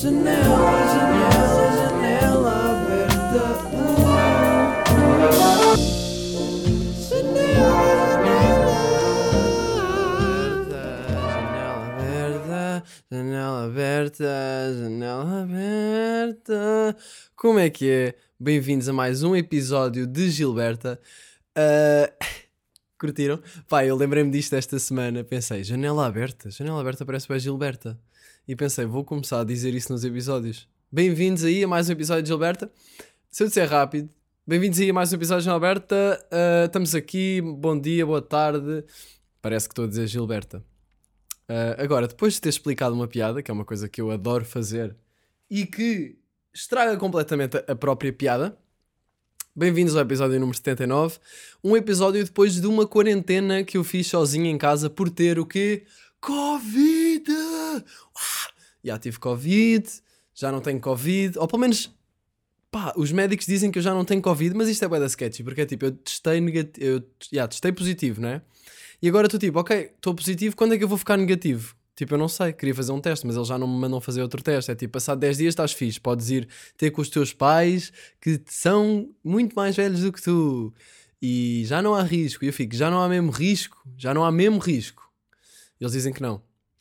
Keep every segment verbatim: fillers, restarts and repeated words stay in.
Janela, janela, janela aberta. Janela aberta, janela aberta. Como é que é? Bem-vindos a mais um episódio de Gilberta. Uh, curtiram? Pá, eu lembrei-me disto esta semana. Pensei, janela aberta, janela aberta parece bem Gilberta. E pensei, vou começar a dizer isso nos episódios. Bem-vindos aí a mais um episódio de Gilberta. Se eu disser rápido, bem-vindos aí a mais um episódio de Gilberta. Uh, estamos aqui, bom dia, boa tarde. Parece que estou a dizer Gilberta. Uh, agora, depois de ter explicado uma piada, que é uma coisa que eu adoro fazer e que estraga completamente a, a própria piada, bem-vindos ao episódio número setenta e nove. Um episódio depois de uma quarentena que eu fiz sozinho em casa por ter o quê? Covid! Ah, já tive Covid, já não tenho Covid, ou pelo menos, pá, os médicos dizem que eu já não tenho Covid, mas isto é bué da sketchy, porque é tipo, eu testei negativo, eu já, testei positivo, não é? E agora estou tipo, ok, estou positivo, quando é que eu vou ficar negativo? Tipo, eu não sei, queria fazer um teste, mas eles já não me mandam fazer outro teste. É tipo, passado dez dias estás fixe, podes ir ter com os teus pais, que são muito mais velhos do que tu. E já não há risco. E eu fico, já não há mesmo risco? Já não há mesmo risco? Eles dizem que não.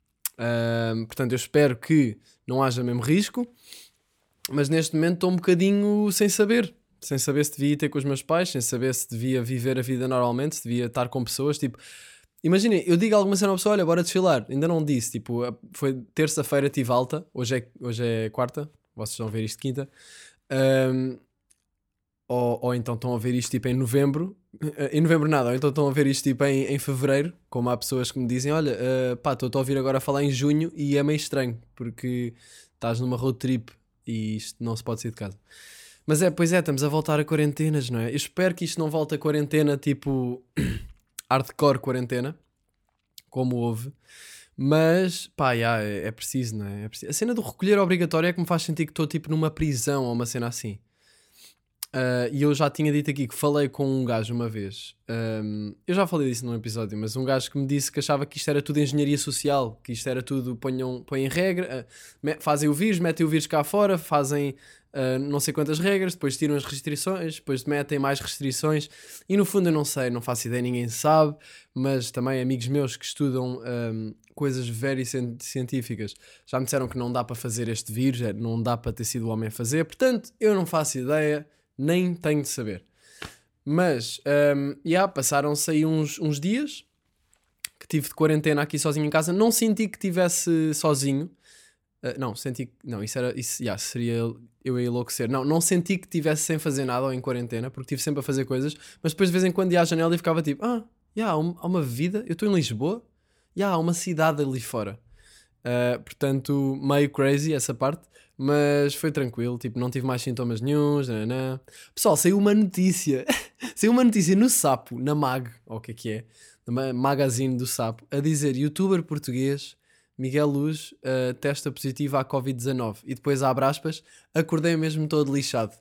Uh, portanto, eu espero que não haja mesmo risco, mas neste momento estou um bocadinho sem saber. Sem saber se devia ir ter com os meus pais, sem saber se devia viver a vida normalmente, se devia estar com pessoas, tipo... Imaginem, eu digo alguma cena à pessoa, olha, bora desfilar. Ainda não disse, tipo, foi terça-feira, tive alta, hoje é, hoje é quarta, vocês estão a ver isto quinta, um, ou, ou então estão a ver isto tipo em novembro, em novembro nada, ou então estão a ver isto tipo em, em fevereiro, como há pessoas que me dizem, olha, uh, pá, estou a ouvir agora a falar em junho e é meio estranho, porque estás numa road trip e isto não se pode sair de casa. Mas é, pois é, estamos a voltar a quarentenas, não é? Eu espero que isto não volte a quarentena tipo... hardcore quarentena, como houve, mas pá, yeah, é, é preciso, não é? É preciso. A cena do recolher obrigatório é que me faz sentir que estou tipo numa prisão ou uma cena assim. Uh, e eu já tinha dito aqui que falei com um gajo uma vez, um, eu já falei disso num episódio, mas um gajo que me disse que achava que isto era tudo engenharia social, que isto era tudo, ponham, põem regra, uh, fazem o vírus, metem o vírus cá fora, fazem uh, não sei quantas regras, depois tiram as restrições, depois metem mais restrições, e no fundo eu não sei, não faço ideia, ninguém sabe, mas também amigos meus que estudam um, coisas very científicas já me disseram que não dá para fazer este vírus, não dá para ter sido o homem a fazer, portanto eu não faço ideia, nem tenho de saber. Mas, um, yeah, passaram-se aí uns, uns dias que tive de quarentena aqui sozinho em casa. Não senti que estivesse sozinho. Uh, não, senti que... Não, isso era... Isso, yeah, seria... Eu ia enlouquecer. Não, não senti que estivesse sem fazer nada ou em quarentena, porque estive sempre a fazer coisas. Mas depois de vez em quando ia à janela e ficava tipo... Ah, yeah, há, um, há uma vida... Eu estou em Lisboa? Yeah, há uma cidade ali fora. Uh, portanto, meio crazy essa parte. Mas foi tranquilo, tipo, não tive mais sintomas nenhuns, nananã. Pessoal, saiu uma notícia, saiu uma notícia no Sapo, na Mag, ou o que é que é, na magazine do Sapo, a dizer, youtuber português, Miguel Luz, uh, testa positivo à covid dezanove. E depois, abre aspas, acordei mesmo todo lixado.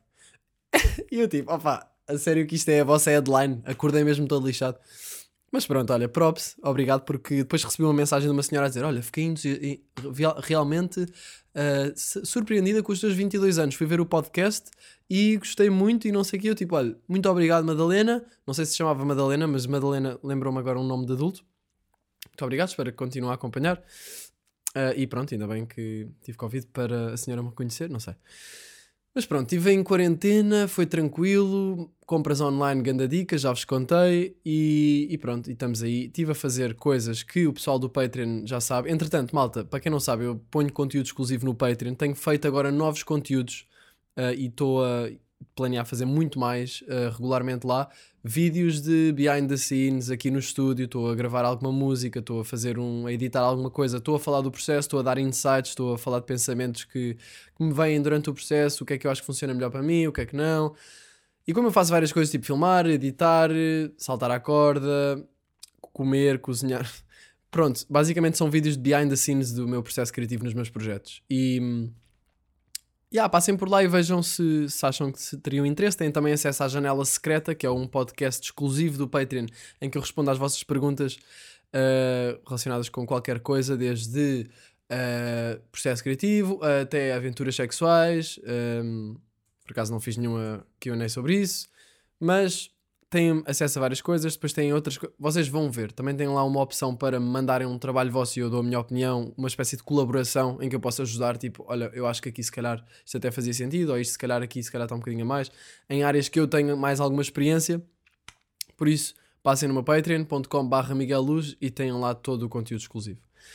E eu tipo, opá, a sério que isto é a vossa headline, acordei mesmo todo lixado. Mas pronto, olha, props, obrigado, porque depois recebi uma mensagem de uma senhora a dizer, olha, fiquei entusi- realmente uh, surpreendida com os teus vinte e dois anos, fui ver o podcast e gostei muito e não sei o que, eu tipo, olha, muito obrigado Madalena, não sei se se chamava Madalena, mas Madalena lembrou-me agora um nome de adulto, muito obrigado, espero que continue a acompanhar, uh, e pronto, ainda bem que tive Covid para a senhora me conhecer, não sei. Mas pronto, estive em quarentena, foi tranquilo, compras online, ganda dica, já vos contei e, e pronto, e estamos aí. Estive a fazer coisas que o pessoal do Patreon já sabe. Entretanto, malta, para quem não sabe, eu ponho conteúdo exclusivo no Patreon, tenho feito agora novos conteúdos uh, e estou a planear fazer muito mais uh, regularmente lá. Vídeos de behind the scenes aqui no estúdio, estou a gravar alguma música, estou a fazer um, a editar alguma coisa, estou a falar do processo, estou a dar insights, estou a falar de pensamentos que, que me vêm durante o processo, o que é que eu acho que funciona melhor para mim, o que é que não. E como eu faço várias coisas, tipo filmar, editar, saltar à corda, comer, cozinhar, pronto, basicamente são vídeos de behind the scenes do meu processo criativo nos meus projetos. E... Yeah, passem por lá e vejam se, se acham que se teriam interesse. Têm também acesso à Janela Secreta, que é um podcast exclusivo do Patreon em que eu respondo às vossas perguntas uh, relacionadas com qualquer coisa, desde uh, processo criativo, até aventuras sexuais. Um, por acaso não fiz nenhuma Q and A sobre isso, mas têm acesso a várias coisas. Depois têm outras coisas, vocês vão ver, também tem lá uma opção para me mandarem um trabalho vosso e eu dou a minha opinião, uma espécie de colaboração em que eu posso ajudar, tipo, olha, eu acho que aqui se calhar isto até fazia sentido, ou isto se calhar aqui se calhar está um bocadinho a mais, em áreas que eu tenho mais alguma experiência. Por isso, passem no meu patreon ponto com barra Miguel Luz e tenham lá todo o conteúdo exclusivo.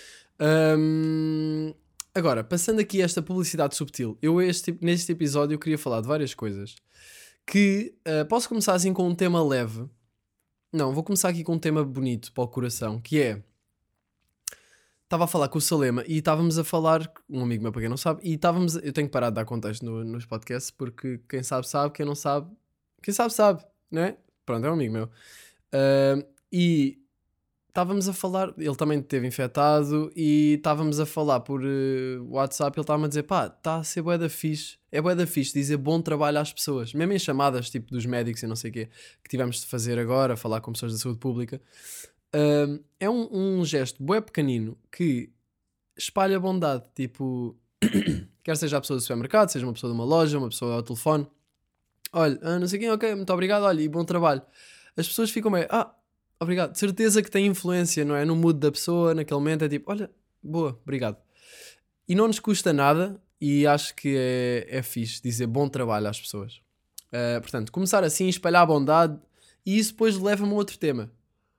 Um, agora, passando aqui esta publicidade subtil, eu este, neste episódio eu queria falar de várias coisas que uh, posso começar assim com um tema leve. Não, vou começar aqui com um tema bonito para o coração, que é, estava a falar com o Salema e estávamos a falar, um amigo meu para quem não sabe, e estávamos, eu tenho que parar de dar contexto no, nos podcasts, porque quem sabe sabe, quem não sabe, quem sabe sabe, não é? Pronto, é um amigo meu. Uh, e estávamos a falar, ele também esteve infectado e estávamos a falar por uh, WhatsApp, ele estava-me a dizer, pá, está a ser bué da fixe, é bué da fixe dizer bom trabalho às pessoas, mesmo em chamadas tipo dos médicos e não sei o quê, que tivemos de fazer agora, falar com pessoas da saúde pública. Uh, é um, um gesto bué pequenino que espalha bondade, tipo, quer seja a pessoa do supermercado, seja uma pessoa de uma loja, uma pessoa ao telefone, olha, ah, não sei quem, ok, muito obrigado, olha, e bom trabalho. As pessoas ficam meio, ah, obrigado, de certeza que tem influência, não é? No mood da pessoa, naquele momento é tipo, olha, boa, obrigado. E não nos custa nada e acho que é, é fixe dizer bom trabalho às pessoas. Uh, portanto, começar assim, espalhar a bondade e isso depois leva-me a outro tema.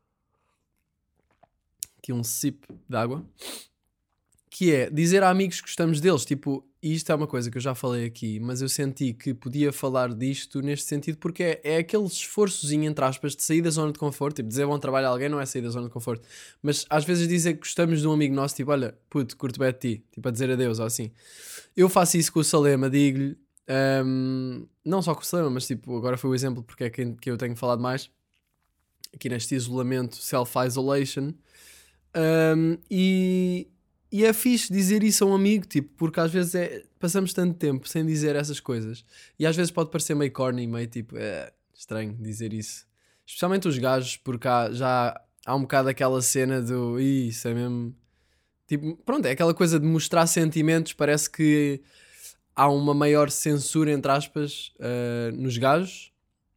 Aqui um sip de água. Que é dizer a amigos que gostamos deles, tipo, e isto é uma coisa que eu já falei aqui, mas eu senti que podia falar disto neste sentido porque é, é aquele esforçozinho, entre aspas, de sair da zona de conforto, tipo, dizer bom trabalho a alguém não é sair da zona de conforto, mas às vezes dizer que gostamos de um amigo nosso, tipo, olha, puto, curto bem de ti, tipo, a dizer adeus ou assim. Eu faço isso com o Salema, digo-lhe, um, não só com o Salema, mas tipo, agora foi o exemplo porque é quem que eu tenho falado mais, aqui neste isolamento, self-isolation, um, e... E é fixe dizer isso a um amigo, tipo, porque às vezes é, passamos tanto tempo sem dizer essas coisas. E às vezes pode parecer meio corny, meio tipo, é estranho dizer isso. Especialmente os gajos, porque há, já há um bocado aquela cena do, Ih, isso é mesmo... Tipo, pronto, é aquela coisa de mostrar sentimentos, parece que há uma maior censura, entre aspas, uh, nos gajos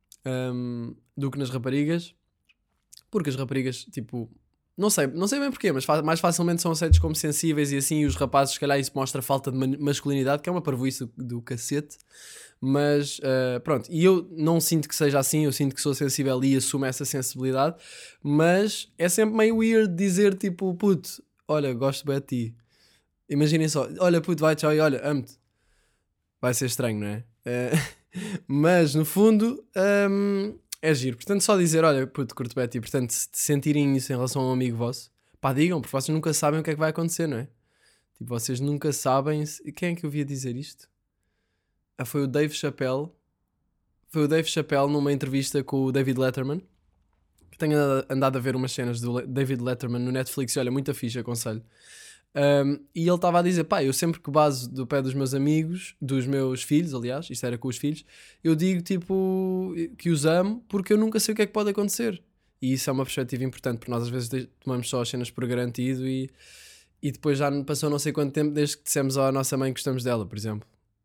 um, do que nas raparigas. Porque as raparigas, tipo... Não sei, não sei bem porquê, mas fa- mais facilmente são aceitos como sensíveis e assim, e os rapazes, se calhar, isso mostra falta de man- masculinidade, que é uma parvoíce do, do cacete. Mas, uh, pronto, e eu não sinto que seja assim, eu sinto que sou sensível e assumo essa sensibilidade, mas é sempre meio weird dizer, tipo, puto, olha, gosto bem de ti. Imaginem só, olha, puto, vai, tchau, e olha, amo-te. Vai ser estranho, não é? Uh, mas, no fundo... Um, é giro, portanto só dizer, olha, puto, curto bem a ti, portanto se sentirem isso em relação a um amigo vosso, pá, digam, porque vocês nunca sabem o que é que vai acontecer, não é? Tipo, vocês nunca sabem, se... quem é que eu via dizer isto? Ah, foi o Dave Chappelle, foi o Dave Chappelle numa entrevista com o David Letterman, que tenho andado a ver umas cenas do David Letterman no Netflix, e olha, muita fixe, aconselho. Um, e ele estava a dizer, pá, eu sempre que baso do pé dos meus amigos, dos meus filhos, aliás, isto era com os filhos, eu digo tipo que os amo porque eu nunca sei o que é que pode acontecer. E isso é uma perspectiva importante, porque nós às vezes tomamos só as cenas por garantido e, e depois já passou não sei quanto tempo desde que dissemos à nossa mãe que gostamos dela, por exemplo.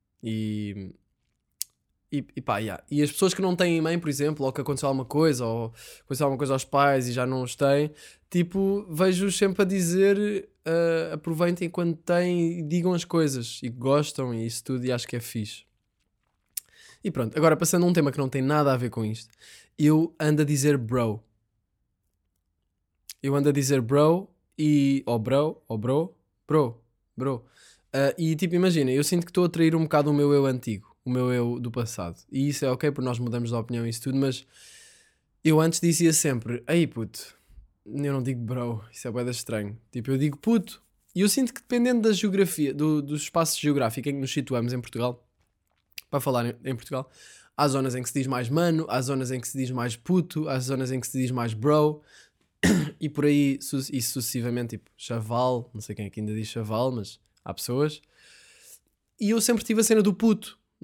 E, e, e pá, yeah. E as pessoas que não têm mãe, por exemplo, ou que aconteceu alguma coisa, ou aconteceu alguma coisa aos pais e já não os têm, tipo, vejo-os sempre a dizer uh, aproveitem quando têm e digam as coisas e gostam e isso tudo, e acho que é fixe. E pronto, agora passando a um tema que não tem nada a ver com isto, eu ando a dizer bro. Eu ando a dizer bro e... ou bro, ou bro, bro, bro. Uh, e tipo, imagina, eu sinto que estou a trair um bocado o meu eu antigo, o meu eu do passado. E isso é ok, porque nós mudamos de opinião e isso tudo, mas eu antes dizia sempre, ei puto, eu não digo bro, isso é bué de estranho. Tipo, eu digo puto. E eu sinto que dependendo da geografia, do, do espaço geográfico em que nos situamos em Portugal, para falar em, em Portugal, há zonas em que se diz mais mano, há zonas em que se diz mais puto, há zonas em que se diz mais bro, e por aí, su- e sucessivamente, tipo, chaval, não sei quem é que ainda diz chaval, mas há pessoas. E eu sempre tive a cena do puto,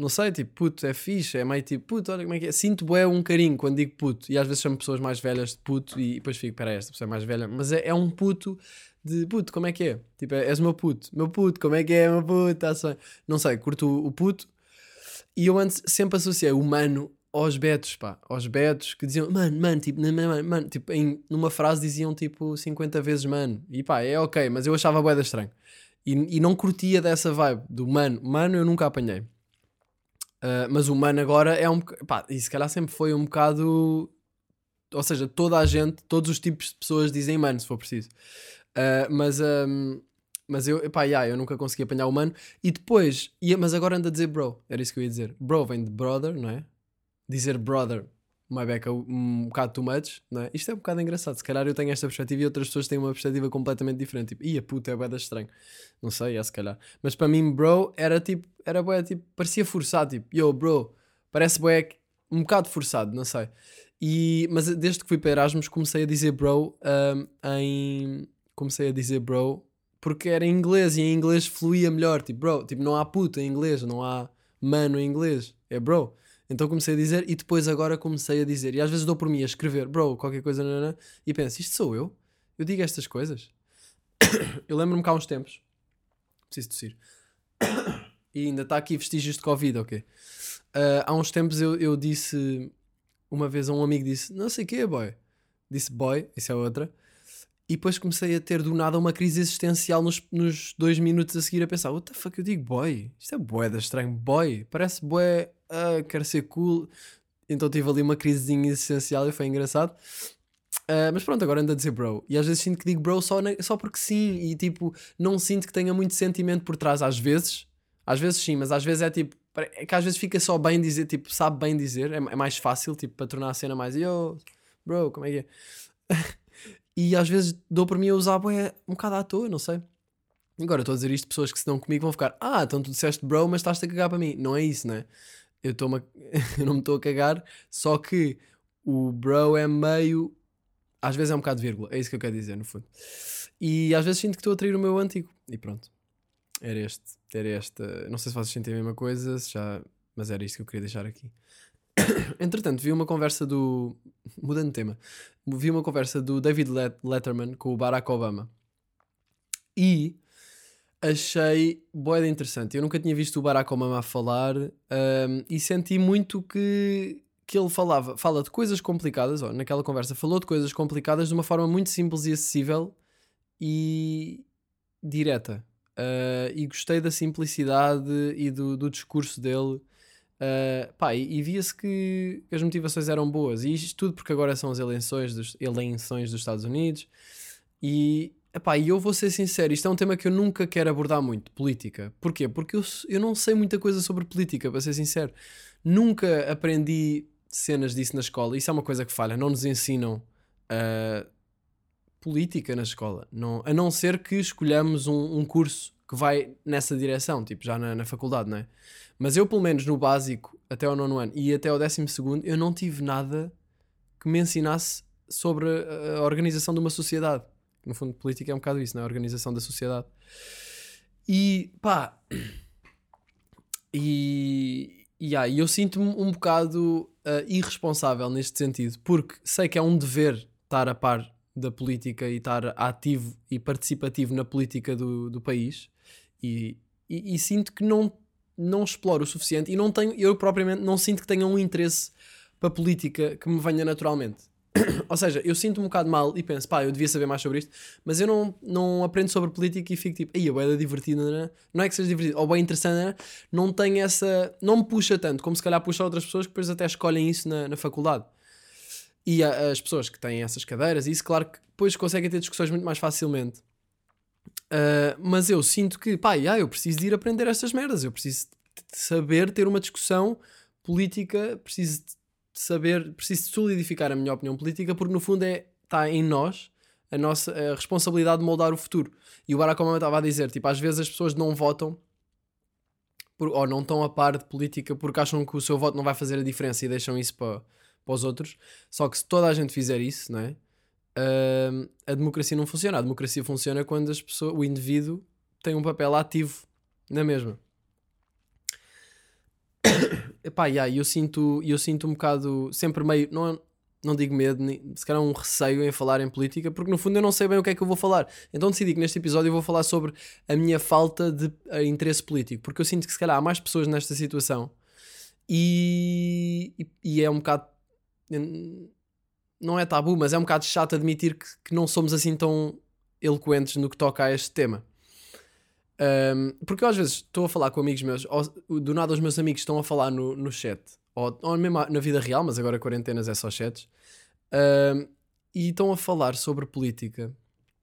não sei, tipo, puto é fixe, é meio tipo, puto, olha como é que é. Sinto bué um carinho quando digo puto, e às vezes chamo pessoas mais velhas de puto e depois fico, peraí, esta pessoa é mais velha, mas é, é um puto de puto, como é que é? Tipo, é, és o meu puto, meu puto, como é que é, meu puto, tá só. Não sei, curto o, o puto, e eu antes sempre associei o mano aos betos, pá, aos betos que diziam mano, mano, tipo, mano, mano, mano, tipo, em, numa frase diziam tipo cinquenta vezes mano, e pá, é ok, mas eu achava bué da estranho. E, e não curtia dessa vibe do mano. Mano eu nunca apanhei. Uh, mas o mano agora é um bocado... Pá, e se calhar sempre foi um bocado... Ou seja, toda a gente, todos os tipos de pessoas dizem mano, se for preciso. Uh, mas... Um, mas eu, pá, yeah, eu nunca consegui apanhar o mano. E depois... Ia, mas agora anda a dizer bro. Era isso que eu ia dizer. Bro vem de brother, não é? Dizer brother... uma beca um bocado too much, não é? Isto é um bocado engraçado. Se calhar eu tenho esta perspectiva e outras pessoas têm uma perspectiva completamente diferente. Tipo, ia puta, é bué da estranho. Não sei, é se calhar. Mas para mim, bro, era tipo, era bué, tipo, parecia forçado. Tipo, yo, bro, parece bué um bocado forçado, não sei. E, mas desde que fui para Erasmus comecei a dizer bro um, em... Comecei a dizer bro porque era em inglês e em inglês fluía melhor. Tipo, bro, tipo, não há puta em inglês, não há mano em inglês. É bro. Então comecei a dizer e depois agora comecei a dizer. E às vezes dou por mim a escrever, bro, qualquer coisa, nanana, e penso, isto sou eu? Eu digo estas coisas? Eu lembro-me que há uns tempos, preciso tossir, e ainda está aqui vestígios de Covid, ok? Uh, há uns tempos eu, eu disse, uma vez a um amigo disse, não sei o quê, boy. Disse boy, isso é outra. E depois comecei a ter do nada uma crise existencial nos, nos dois minutos a seguir a pensar, what the fuck eu digo boy? Isto é bué da estranho, boy. Parece bué, ah, quero ser cool. Então tive ali uma crisezinha existencial e foi engraçado. Uh, mas pronto, agora ando a dizer bro. E às vezes sinto que digo bro só, na, só porque sim. E tipo, não sinto que tenha muito sentimento por trás. Às vezes, às vezes sim, mas às vezes é tipo, é que às vezes fica só bem dizer, tipo, sabe bem dizer. É, é mais fácil, tipo, para tornar a cena mais yo, bro, como é que é? E às vezes dou por mim a usar bué, um bocado à toa, não sei. Agora estou a dizer isto, pessoas que se dão comigo vão ficar, ah, então tu disseste bro, mas estás-te a cagar para mim. Não é isso, né? Eu, tô a... eu não me estou a cagar, só que o bro é meio. Às vezes é um bocado de vírgula, é isso que eu quero dizer, no fundo. E às vezes sinto que estou a trair o meu antigo. E pronto. Era este. Era esta. Não sei se vocês sentem a mesma coisa, se já... mas era isto que eu queria deixar aqui. Entretanto, vi uma conversa do. Mudando de tema. Vi uma conversa do David Letterman com o Barack Obama. E achei bué de interessante. Eu nunca tinha visto o Barack Obama a falar um, e senti muito que, que ele falava, fala de coisas complicadas, ó, naquela conversa falou de coisas complicadas de uma forma muito simples e acessível e direta. Uh, e gostei da simplicidade e do, do discurso dele. Uh, pá, e, e via-se que as motivações eram boas. E isto tudo porque agora são as eleições dos, eleições dos Estados Unidos. E, epá, e eu vou ser sincero, isto é um tema que eu nunca quero abordar muito, política. Porquê? Porque eu, eu não sei muita coisa sobre política, para ser sincero. Nunca aprendi cenas disso na escola. Isso é uma coisa que falha. Não nos ensinam uh, política na escola. Não, a não ser que escolhamos um, um curso que vai nessa direção, tipo já na, na faculdade, não é? Mas eu, pelo menos no básico, até ao nono ano e até ao décimo segundo, eu não tive nada que me ensinasse sobre a, a organização de uma sociedade. No fundo, política é um bocado isso, não é? A organização da sociedade. E pá, e, e ah, eu sinto-me um bocado uh, irresponsável neste sentido, porque sei que é um dever estar a par da política e estar ativo e participativo na política do, do país, e, e, e sinto que não, não exploro o suficiente e não tenho, eu propriamente não sinto que tenha um interesse para a política que me venha naturalmente. Ou seja, eu sinto um bocado mal e penso, pá, eu devia saber mais sobre isto, mas eu não, não aprendo sobre política e fico tipo, aí, é divertido, não é? Não é que seja divertido, ou bem interessante, não, não tenho essa, não me puxa tanto, como se calhar puxa outras pessoas que depois até escolhem isso na, na faculdade. E a, as pessoas que têm essas cadeiras, isso claro que depois conseguem ter discussões muito mais facilmente. Uh, mas eu sinto que, pá, yeah, eu preciso de ir aprender estas merdas, eu preciso de saber ter uma discussão política, preciso de saber, preciso de solidificar a minha opinião política, porque no fundo é, está em nós a nossa a responsabilidade de moldar o futuro. E o Barack Obama estava a dizer, tipo, às vezes as pessoas não votam por, ou não estão a par de política porque acham que o seu voto não vai fazer a diferença e deixam isso para, para os outros. Só que se toda a gente fizer isso, não é? Uh, a democracia não funciona. A democracia funciona quando as pessoas, o indivíduo tem um papel ativo na mesma. Epá, yeah, eu sinto, eu sinto um bocado, sempre meio, não, não digo medo, nem- se calhar um receio em falar em política, porque no fundo eu não sei bem o que é que eu vou falar. Então decidi que neste episódio eu vou falar sobre a minha falta de eh, interesse político, porque eu sinto que se calhar há mais pessoas nesta situação e, e, e é um bocado, hum, não é tabu, mas é um bocado chato admitir que, que não somos assim tão eloquentes no que toca a este tema. Um, porque eu às vezes estou a falar com amigos meus, ou, do nada os meus amigos estão a falar no, no chat, ou, ou mesmo na vida real, mas agora quarentenas é só chats, um, e estão a falar sobre política,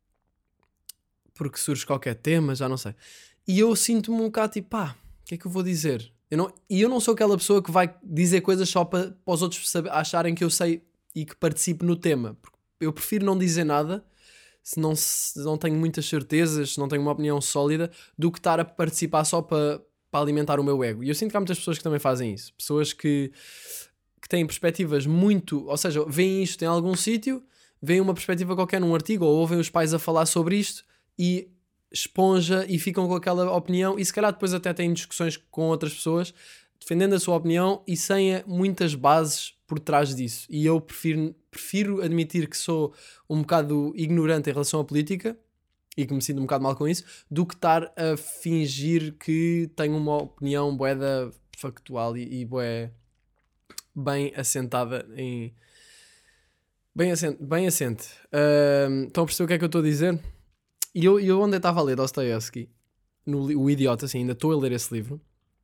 porque surge qualquer tema, já não sei. E eu sinto-me um bocado tipo, pá, o que é que eu vou dizer? Eu não, e eu não sou aquela pessoa que vai dizer coisas só para, para os outros saber, acharem que eu sei e que participo no tema. Eu prefiro não dizer nada se não, se não tenho muitas certezas, se não tenho uma opinião sólida, do que estar a participar só para, para alimentar o meu ego. E eu sinto que há muitas pessoas que também fazem isso. Pessoas que, que têm perspectivas muito... Ou seja, veem isto em algum sítio, veem uma perspectiva qualquer num artigo, ou ouvem os pais a falar sobre isto e esponja e ficam com aquela opinião e se calhar depois até têm discussões com outras pessoas defendendo a sua opinião e sem muitas bases por trás disso. E eu prefiro, prefiro admitir que sou um bocado ignorante em relação à política e que me sinto um bocado mal com isso, do que estar a fingir que tenho uma opinião boeda factual e, e bué bem assentada em... Bem assente. Bem assente. Uh, estão a perceber o que é que eu estou a dizer? E eu, eu ontem estava a ler Dostoevsky, no, o Idiota, assim, ainda estou a ler esse livro,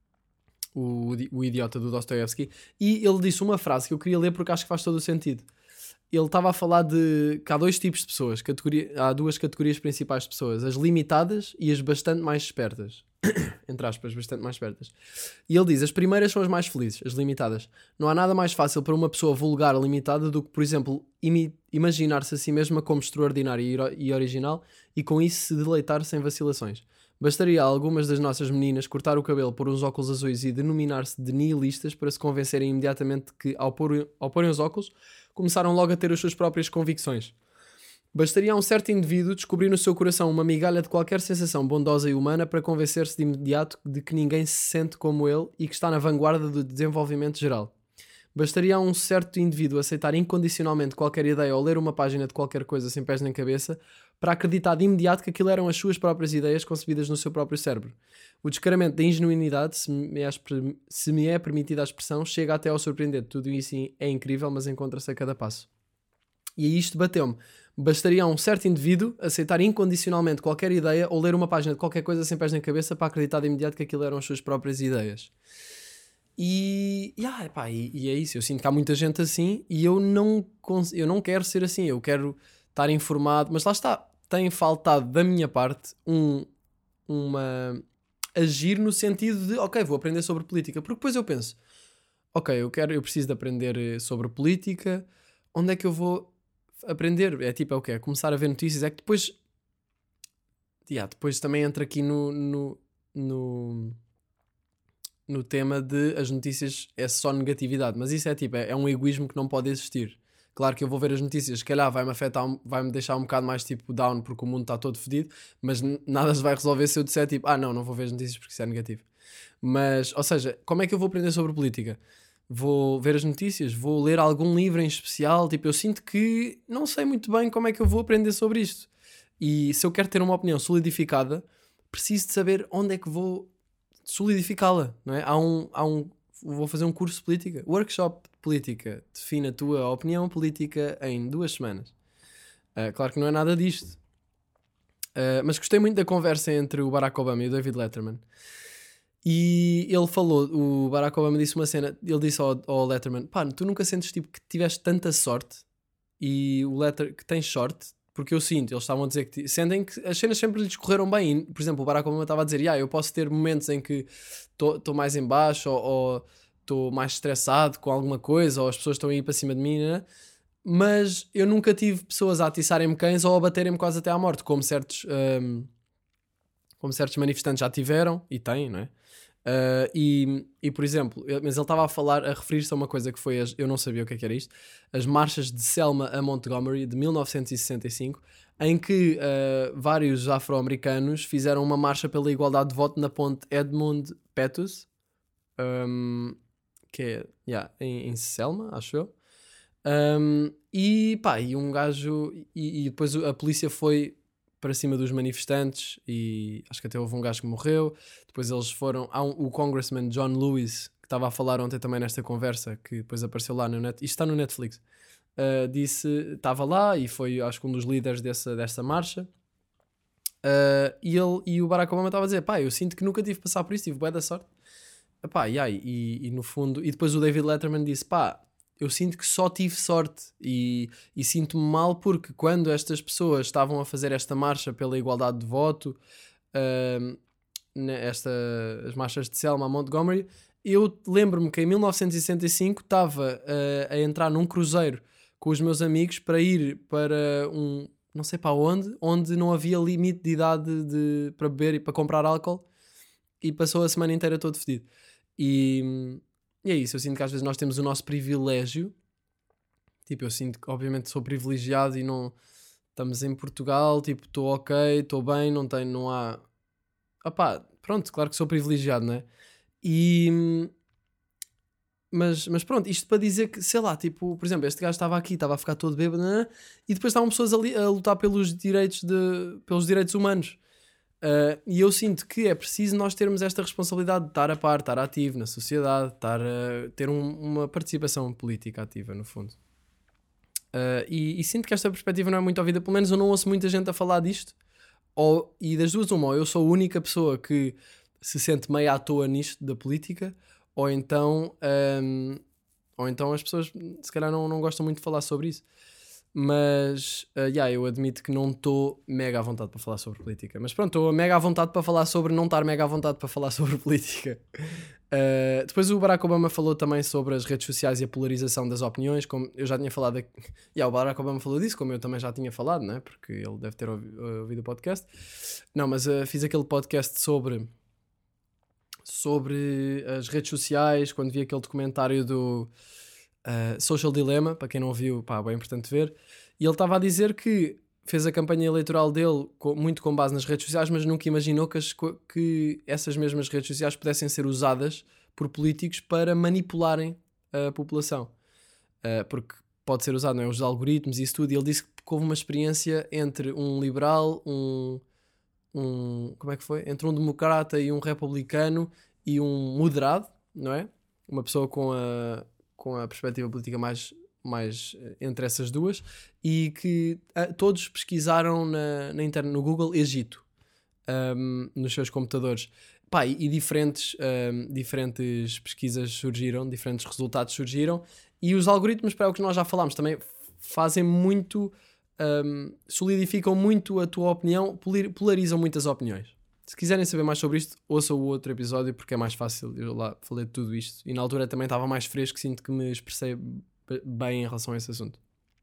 o, o Idiota do Dostoevsky, e ele disse uma frase que eu queria ler porque acho que faz todo o sentido. Ele estava a falar de que há dois tipos de pessoas, categoria, há duas categorias principais de pessoas, as limitadas e as bastante mais espertas. Entre aspas, bastante mais espertas. E ele diz, as primeiras são as mais felizes, as limitadas. Não há nada mais fácil para uma pessoa vulgar limitada do que, por exemplo, imi- imaginar-se a si mesma como extraordinária e, iro- e original e com isso se deleitar sem vacilações. Bastaria a algumas das nossas meninas cortar o cabelo, pôr uns óculos azuis e denominar-se de nihilistas para se convencerem imediatamente que, ao, pôr, ao porem os óculos, começaram logo a ter as suas próprias convicções. Bastaria a um certo indivíduo descobrir no seu coração uma migalha de qualquer sensação bondosa e humana para convencer-se de imediato de que ninguém se sente como ele e que está na vanguarda do desenvolvimento geral. Bastaria a um certo indivíduo aceitar incondicionalmente qualquer ideia ou ler uma página de qualquer coisa sem pés nem cabeça para acreditar de imediato que aquilo eram as suas próprias ideias concebidas no seu próprio cérebro. O descaramento da ingenuinidade, se me é, se me é permitida a expressão, chega até ao surpreender. Tudo isso é incrível, mas encontra-se a cada passo. E aí isto bateu-me. Bastaria a um certo indivíduo aceitar incondicionalmente qualquer ideia ou ler uma página de qualquer coisa sem pés na cabeça para acreditar de imediato que aquilo eram as suas próprias ideias. E, yeah, epá, e, e é isso. Eu sinto que há muita gente assim e eu não, cons- eu não quero ser assim. Eu quero estar informado, mas lá está. Tem faltado da minha parte um, uma... agir no sentido de, ok, vou aprender sobre política. Porque depois eu penso, ok, eu quero, eu preciso de aprender eh, sobre política. Onde é que eu vou aprender? É tipo, é o quê? É começar a ver notícias. É que depois, yeah, depois também entra aqui no, no, no, no tema de as notícias é só negatividade. Mas isso é tipo, é, é um egoísmo que não pode existir. Claro que eu vou ver as notícias, se calhar vai-me afetar, um- vai-me deixar um bocado mais tipo down porque o mundo está todo fedido, mas n- nada se vai resolver se eu disser tipo, ah não, não vou ver as notícias porque isso é negativo. Mas, ou seja, como é que eu vou aprender sobre política? Vou ver as notícias, vou ler algum livro em especial, tipo, eu sinto que não sei muito bem como é que eu vou aprender sobre isto. E se eu quero ter uma opinião solidificada, preciso de saber onde é que vou solidificá-la, não é? Há um, há um, vou fazer um curso de política, workshop de política, define a tua opinião política em duas semanas. Ah, claro que não é nada disto. Ah, mas gostei muito da conversa entre o Barack Obama e o David Letterman. E ele falou, o Barack Obama disse uma cena, ele disse ao, ao Letterman, pá, tu nunca sentes tipo que tiveste tanta sorte e o Letter que tens sorte, porque eu sinto, eles estavam a dizer que sentem que as cenas sempre lhes correram bem. E, por exemplo, o Barack Obama estava a dizer, ah, eu posso ter momentos em que estou mais em baixo ou estou mais estressado com alguma coisa ou as pessoas estão a ir para cima de mim, né? Mas eu nunca tive pessoas a atiçarem-me cães ou a baterem-me quase até à morte, como certos, hum, como certos manifestantes já tiveram e têm, não é? Uh, e, e, por exemplo, ele- mas ele estava a falar, a referir-se a uma coisa que foi, as, eu não sabia o que é que era isto, as marchas de Selma a Montgomery de mil novecentos e sessenta e cinco, em que uh, vários afro-americanos fizeram uma marcha pela igualdade de voto na ponte Edmund Pettus. um, que é yeah, em, em Selma, acho eu. Um, e pá, e um gajo, e, e depois a polícia foi para cima dos manifestantes e acho que até houve um gajo que morreu. Depois eles foram, há um, o congressman John Lewis, que estava a falar ontem também nesta conversa, que depois apareceu lá no net, isto está no Netflix, uh, disse, estava lá e foi acho que um dos líderes dessa, dessa marcha. Uh, e, ele, e o Barack Obama estava a dizer, pá, eu sinto que nunca tive de passar por isso, tive bué da sorte. Epá, e, aí, e, e no fundo, e depois o David Letterman disse, pá, eu sinto que só tive sorte e, e sinto-me mal porque quando estas pessoas estavam a fazer esta marcha pela igualdade de voto, uh, esta, as marchas de Selma a Montgomery, eu lembro-me que em mil novecentos e sessenta e cinco estava uh, a entrar num cruzeiro com os meus amigos para ir para um, não sei para onde, onde não havia limite de idade de, para beber e para comprar álcool, e passou a semana inteira todo fedido. E... E é isso, eu sinto que às vezes nós temos o nosso privilégio. Tipo, eu sinto que obviamente sou privilegiado e não... Estamos em Portugal, tipo, estou ok, estou bem, não tenho, não há... Opá, pronto, claro que sou privilegiado, não é? E... Mas, mas pronto, isto para dizer que, sei lá, tipo, por exemplo, este gajo estava aqui, estava a ficar todo bêbado, né? E depois estavam pessoas ali a lutar pelos direitos, de, pelos direitos humanos. Uh, e eu sinto que é preciso nós termos esta responsabilidade de estar a par, estar ativo na sociedade, estar a ter um, uma participação política ativa, no fundo. Uh, e, e sinto que esta perspectiva não é muito ouvida, pelo menos eu não ouço muita gente a falar disto, ou, e das duas uma, ou eu sou a única pessoa que se sente meio à toa nisto da política, ou então, um, ou então as pessoas se calhar não, não gostam muito de falar sobre isso. Mas, uh, yeah, eu admito que não estou mega à vontade para falar sobre política. Mas pronto, estou mega à vontade para falar sobre não estar mega à vontade para falar sobre política. Uh, depois o Barack Obama falou também sobre as redes sociais e a polarização das opiniões, como eu já tinha falado. Aqui. Yeah, o Barack Obama falou disso, como eu também já tinha falado, né? Porque ele deve ter ouvi- ouvido o podcast. Não, mas uh, fiz aquele podcast sobre, sobre as redes sociais, quando vi aquele documentário do... Uh, Social Dilemma, para quem não viu, pá, bem importante ver. E ele estava a dizer que fez a campanha eleitoral dele com, muito com base nas redes sociais, mas nunca imaginou que, as, que essas mesmas redes sociais pudessem ser usadas por políticos para manipularem a população. Uh, porque pode ser usado, não é? Os algoritmos e isso tudo. E ele disse que houve uma experiência entre um liberal, um, um... como é que foi? Entre um democrata e um republicano e um moderado, não é? Uma pessoa com a... com a perspectiva política mais, mais entre essas duas, e que uh, todos pesquisaram na, na internet, no Google, Egito, um, nos seus computadores. Pá, e, e diferentes, um, diferentes pesquisas surgiram, diferentes resultados surgiram, e os algoritmos, para o que nós já falámos, também fazem muito, um, solidificam muito a tua opinião, polarizam muitas opiniões. Se quiserem saber mais sobre isto, ouçam o outro episódio porque é mais fácil. Eu lá falei de tudo isto e na altura também estava mais fresco, sinto que me expressei bem em relação a esse assunto.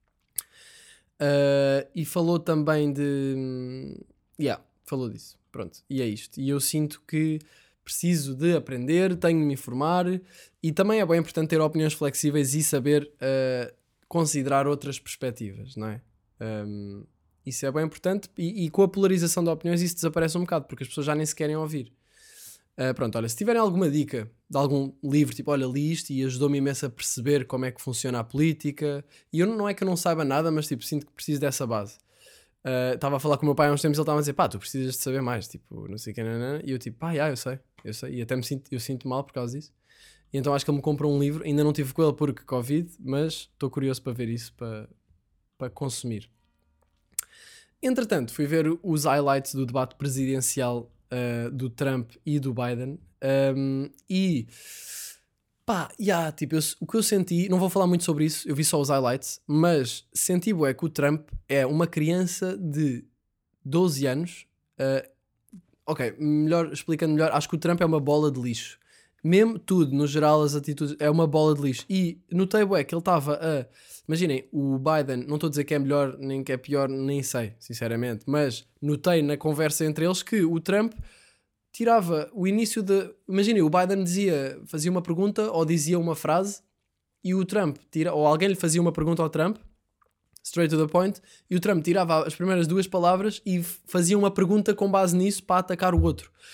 Uh, e falou também de... Yeah, falou disso. Pronto, e é isto. E eu sinto que preciso de aprender, tenho de me informar e também é bem importante ter opiniões flexíveis e saber uh, considerar outras perspectivas, não é? Um, Isso é bem importante e, e com a polarização de opiniões isso desaparece um bocado, porque as pessoas já nem se querem ouvir. Uh, pronto, olha, se tiverem alguma dica de algum livro, tipo, olha, li isto e ajudou-me imenso a perceber como é que funciona a política, e eu não é que eu não saiba nada, mas tipo, sinto que preciso dessa base. Estava uh, a falar com o meu pai há uns tempos e ele estava a dizer, pá, tu precisas de saber mais, tipo, não sei o que, nanana. E eu tipo, pá, já, eu sei, eu sei, e até me sinto, eu sinto mal por causa disso. E então acho que ele me comprou um livro, ainda não tive com ele porque Covid, mas estou curioso para ver isso, para, para consumir. Entretanto, fui ver os highlights do debate presidencial uh, do Trump e do Biden um, e pá, yeah, tipo, eu, o que eu senti, não vou falar muito sobre isso, eu vi só os highlights, mas senti bué que o Trump é uma criança de doze anos, uh, ok, melhor, explicando melhor, acho que o Trump é uma bola de lixo. Mesmo tudo, no geral, as atitudes, é uma bola de lixo. E notei bué que ele estava a... Imaginem, o Biden, não estou a dizer que é melhor nem que é pior, nem sei, sinceramente, mas notei na conversa entre eles que o Trump tirava o início de... Imaginem, o Biden dizia, fazia uma pergunta ou dizia uma frase e o Trump, tira, ou alguém lhe fazia uma pergunta ao Trump, straight to the point, e o Trump tirava as primeiras duas palavras e fazia uma pergunta com base nisso para atacar o outro.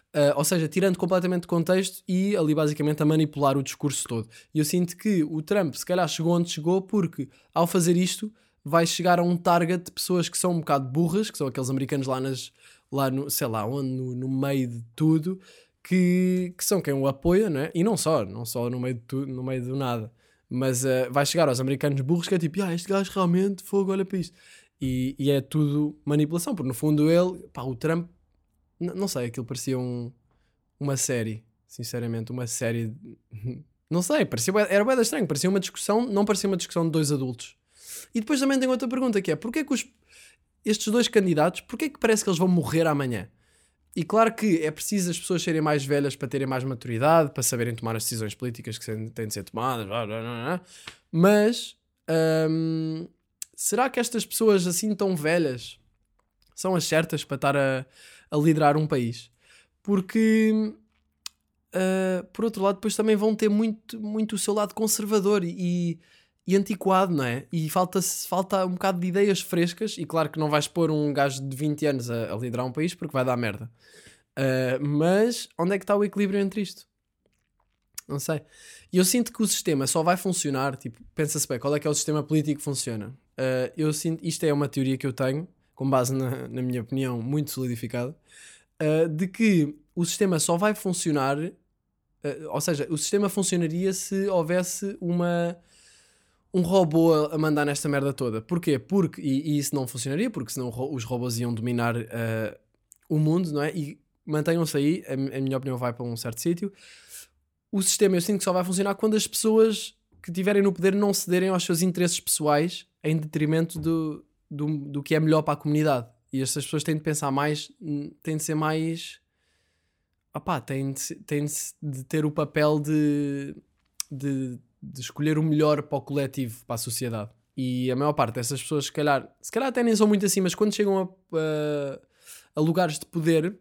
Uh, ou seja, tirando completamente de contexto e ali basicamente a manipular o discurso todo. E eu sinto que o Trump se calhar chegou onde chegou porque ao fazer isto vai chegar a um target de pessoas que são um bocado burras, que são aqueles americanos lá, nas, lá no, sei lá, onde, no, no meio de tudo, que, que são quem o apoia, não é? E não só, não só no meio de tudo, no meio do nada. Mas uh, vai chegar aos americanos burros que é tipo, ah, este gajo realmente, fogo, olha para isto. E, e é tudo manipulação, porque no fundo ele, pá, o Trump, n- não sei, aquilo parecia um, uma série, sinceramente, uma série, de- não sei, parecia, bué- era bem estranho, parecia uma discussão, não parecia uma discussão de dois adultos. E depois também tenho outra pergunta que é, porquê que os, estes dois candidatos, porquê que parece que eles vão morrer amanhã? E claro que é preciso as pessoas serem mais velhas para terem mais maturidade, para saberem tomar as decisões políticas que se- têm de ser tomadas, blá, blá, blá, blá. Mas hum, será que estas pessoas assim tão velhas são as certas para estar a, a liderar um país? Porque Uh, por outro lado, depois também vão ter muito, muito o seu lado conservador e, e antiquado, não é? E falta, falta um bocado de ideias frescas. E claro que não vais pôr um gajo de vinte anos a, a liderar um país porque vai dar merda. Uh, mas onde é que está o equilíbrio entre isto? Não sei. E eu sinto que o sistema só vai funcionar. Tipo, pensa-se bem, qual é que é o sistema político que funciona? Uh, eu sinto, isto é uma teoria que eu tenho, com base na, na minha opinião muito solidificada, uh, de que o sistema só vai funcionar. Uh, ou seja, o sistema funcionaria se houvesse uma, um robô a, a mandar nesta merda toda. Porquê? Porque, e, e isso não funcionaria, porque senão ro- os robôs iam dominar uh, o mundo, não é? E mantenham-se aí, a, a minha opinião vai para um certo sítio. O sistema eu sinto que só vai funcionar quando as pessoas que estiverem no poder não cederem aos seus interesses pessoais em detrimento do, do, do que é melhor para a comunidade. E estas pessoas têm de pensar mais, hum, têm de ser mais opá, tem de, se- tem de se- de ter o papel de, de, de escolher o melhor para o coletivo, para a sociedade. E a maior parte dessas pessoas, se calhar, se calhar até nem são muito assim, mas quando chegam a, a- a lugares de poder,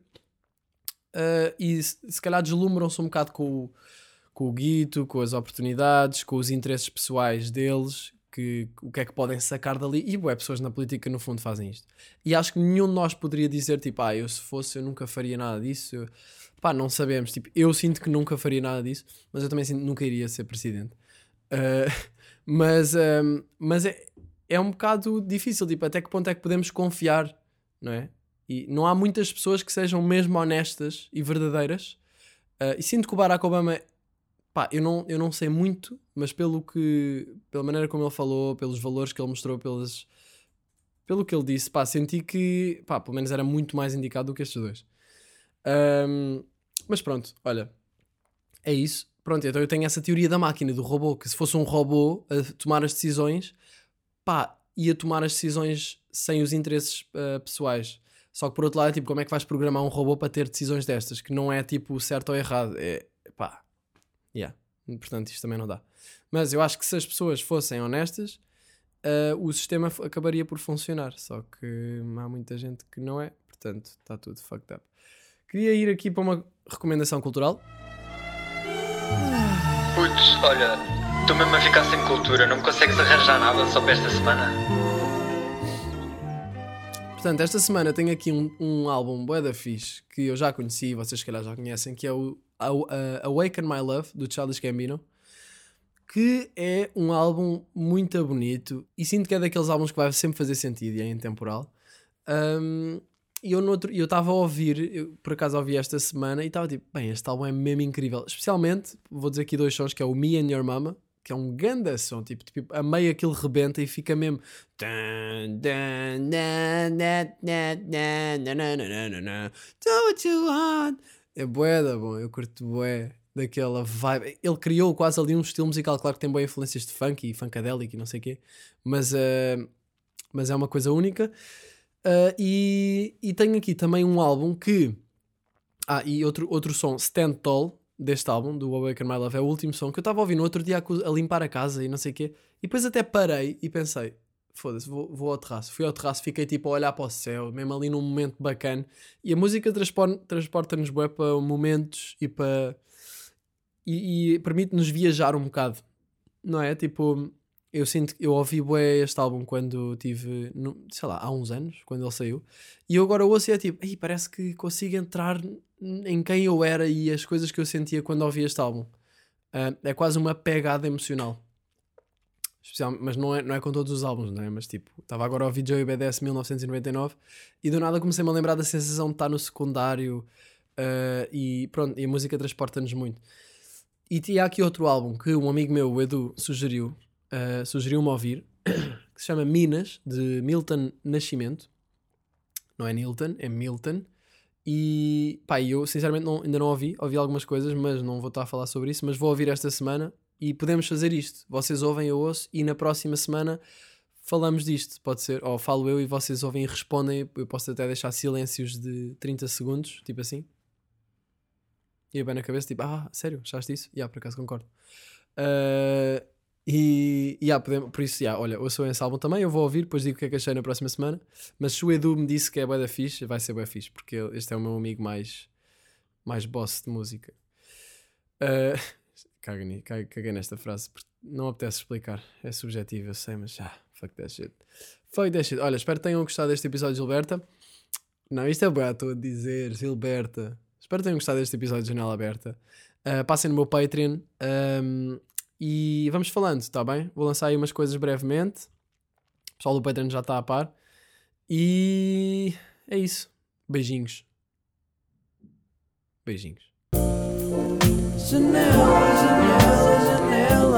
ah, e se, se calhar deslumbram-se um bocado com o, com o guito, com as oportunidades, com os interesses pessoais deles, que, o que é que podem sacar dali. E bué, pessoas na política no fundo fazem isto. E acho que nenhum de nós poderia dizer tipo, ah, eu se fosse eu nunca faria nada disso. Eu- Pá, não sabemos. Tipo, eu sinto que nunca faria nada disso, mas eu também sinto que nunca iria ser presidente. Ah, mas ahm, mas é, é um bocado difícil, tipo, até que ponto é que podemos confiar, não é? E não há muitas pessoas que sejam mesmo honestas e verdadeiras. Ah, e sinto que o Barack Obama, pá, eu não, eu não sei muito, mas pelo que, pela maneira como ele falou, pelos valores que ele mostrou, pelas, pelo que ele disse, pá, senti que, pá, pelo menos era muito mais indicado do que estes dois. Ahm, mas pronto, olha, é isso. Pronto, então eu tenho essa teoria da máquina, do robô, que se fosse um robô a tomar as decisões, pá, ia tomar as decisões sem os interesses ah, pessoais. Só que por outro lado, é tipo, como é que vais programar um robô para ter decisões destas? Que não é tipo certo ou errado. É, pá, yeah. Portanto, isto também não dá. Mas eu acho que se as pessoas fossem honestas, ah, o sistema f- acabaria por funcionar. Só que há muita gente que não é. Portanto, está tudo fucked up. Queria ir aqui para uma recomendação cultural. Putz, olha, estou mesmo a ficar sem cultura, não me consegues arranjar nada só para esta semana? Portanto, esta semana tenho aqui um, um álbum bué da fixe que eu já conheci, vocês se calhar já conhecem, que é o A- A- Awaken My Love, do Childish Gambino, que é um álbum muito bonito e sinto que é daqueles álbuns que vai sempre fazer sentido e é intemporal. Um, e eu no outro- eu estava a ouvir, eu por acaso ouvi esta semana e estava tipo, bem, este álbum é mesmo incrível. Especialmente, vou dizer aqui dois sons, que é o Me and Your Mama, que é um ganda som, tipo, tipo, a meio aquilo rebenta e fica mesmo. Dun, dun, na, na, na, na, na, na, na, na, na. Do what you want. É bué da bom, eu curto bué daquela vibe. Ele criou quase ali um estilo musical, claro que tem boas influências de funk e funkadelic e não sei o quê, mas, eh, mas é uma coisa única. Uh, e, e tenho aqui também um álbum que. Ah, e outro, outro som, Stand Tall, deste álbum, do Awaken My Love, é o último som que eu estava a ouvir no outro dia a, co- a limpar a casa e não sei o quê. E depois até parei e pensei: foda-se, vou, vou ao terraço. Fui ao terraço, fiquei tipo a olhar para o céu, mesmo ali num momento bacana. E a música transpor- transporta-nos bué para momentos e para. E, e permite-nos viajar um bocado, não é? Tipo, eu sinto que eu ouvi bué este álbum quando tive, no- sei lá, há uns anos, quando ele saiu, e eu agora ouço e é tipo, "Ei, parece que consigo entrar em quem eu era e as coisas que eu sentia quando ouvia este álbum. Uh, é quase uma pegada emocional. Especial, mas não é, não é com todos os álbuns, não é? Mas tipo, estava agora a ouvir Joey Badass mil novecentos e noventa e nove e do nada comecei-me a lembrar da sensação de estar no secundário uh, e pronto, e a música transporta-nos muito. E tinha aqui outro álbum que um amigo meu, o Edu, sugeriu, uh, sugeriu-me ouvir, que se chama Minas, de Milton Nascimento. Não é Nilton, é Milton. E pá, eu sinceramente não, ainda não ouvi, ouvi algumas coisas, mas não vou estar a falar sobre isso, mas vou ouvir esta semana e podemos fazer isto. Vocês ouvem, eu ouço e na próxima semana falamos disto, pode ser, ou falo eu e vocês ouvem e respondem. Eu posso até deixar silêncios de trinta segundos, tipo assim. E eu bem na cabeça, tipo, ah, sério, achaste isso? E yeah, por acaso concordo. Uh, e yeah, podemos, por isso, yeah, olha, ouçam esse álbum também, eu vou ouvir, depois digo o que é que achei na próxima semana. Mas se o Edu me disse que é bué da fixe, vai ser bué fixe, porque este é o meu amigo mais, mais boss de música. Uh, caguei, caguei, caguei nesta frase, porque não apetece explicar, é subjetivo, eu sei, mas ah, fuck that shit. Fuck that shit. Olha, espero que tenham gostado deste episódio de Gilberta. Não, isto é bué, estou a dizer, Gilberta. Espero que tenham gostado deste episódio de Janela Aberta. Uh, passem no meu Patreon um, e vamos falando, está bem? Vou lançar aí umas coisas brevemente. O pessoal do Patreon já está a par. E é isso. Beijinhos. Beijinhos. Janela, janela, janela.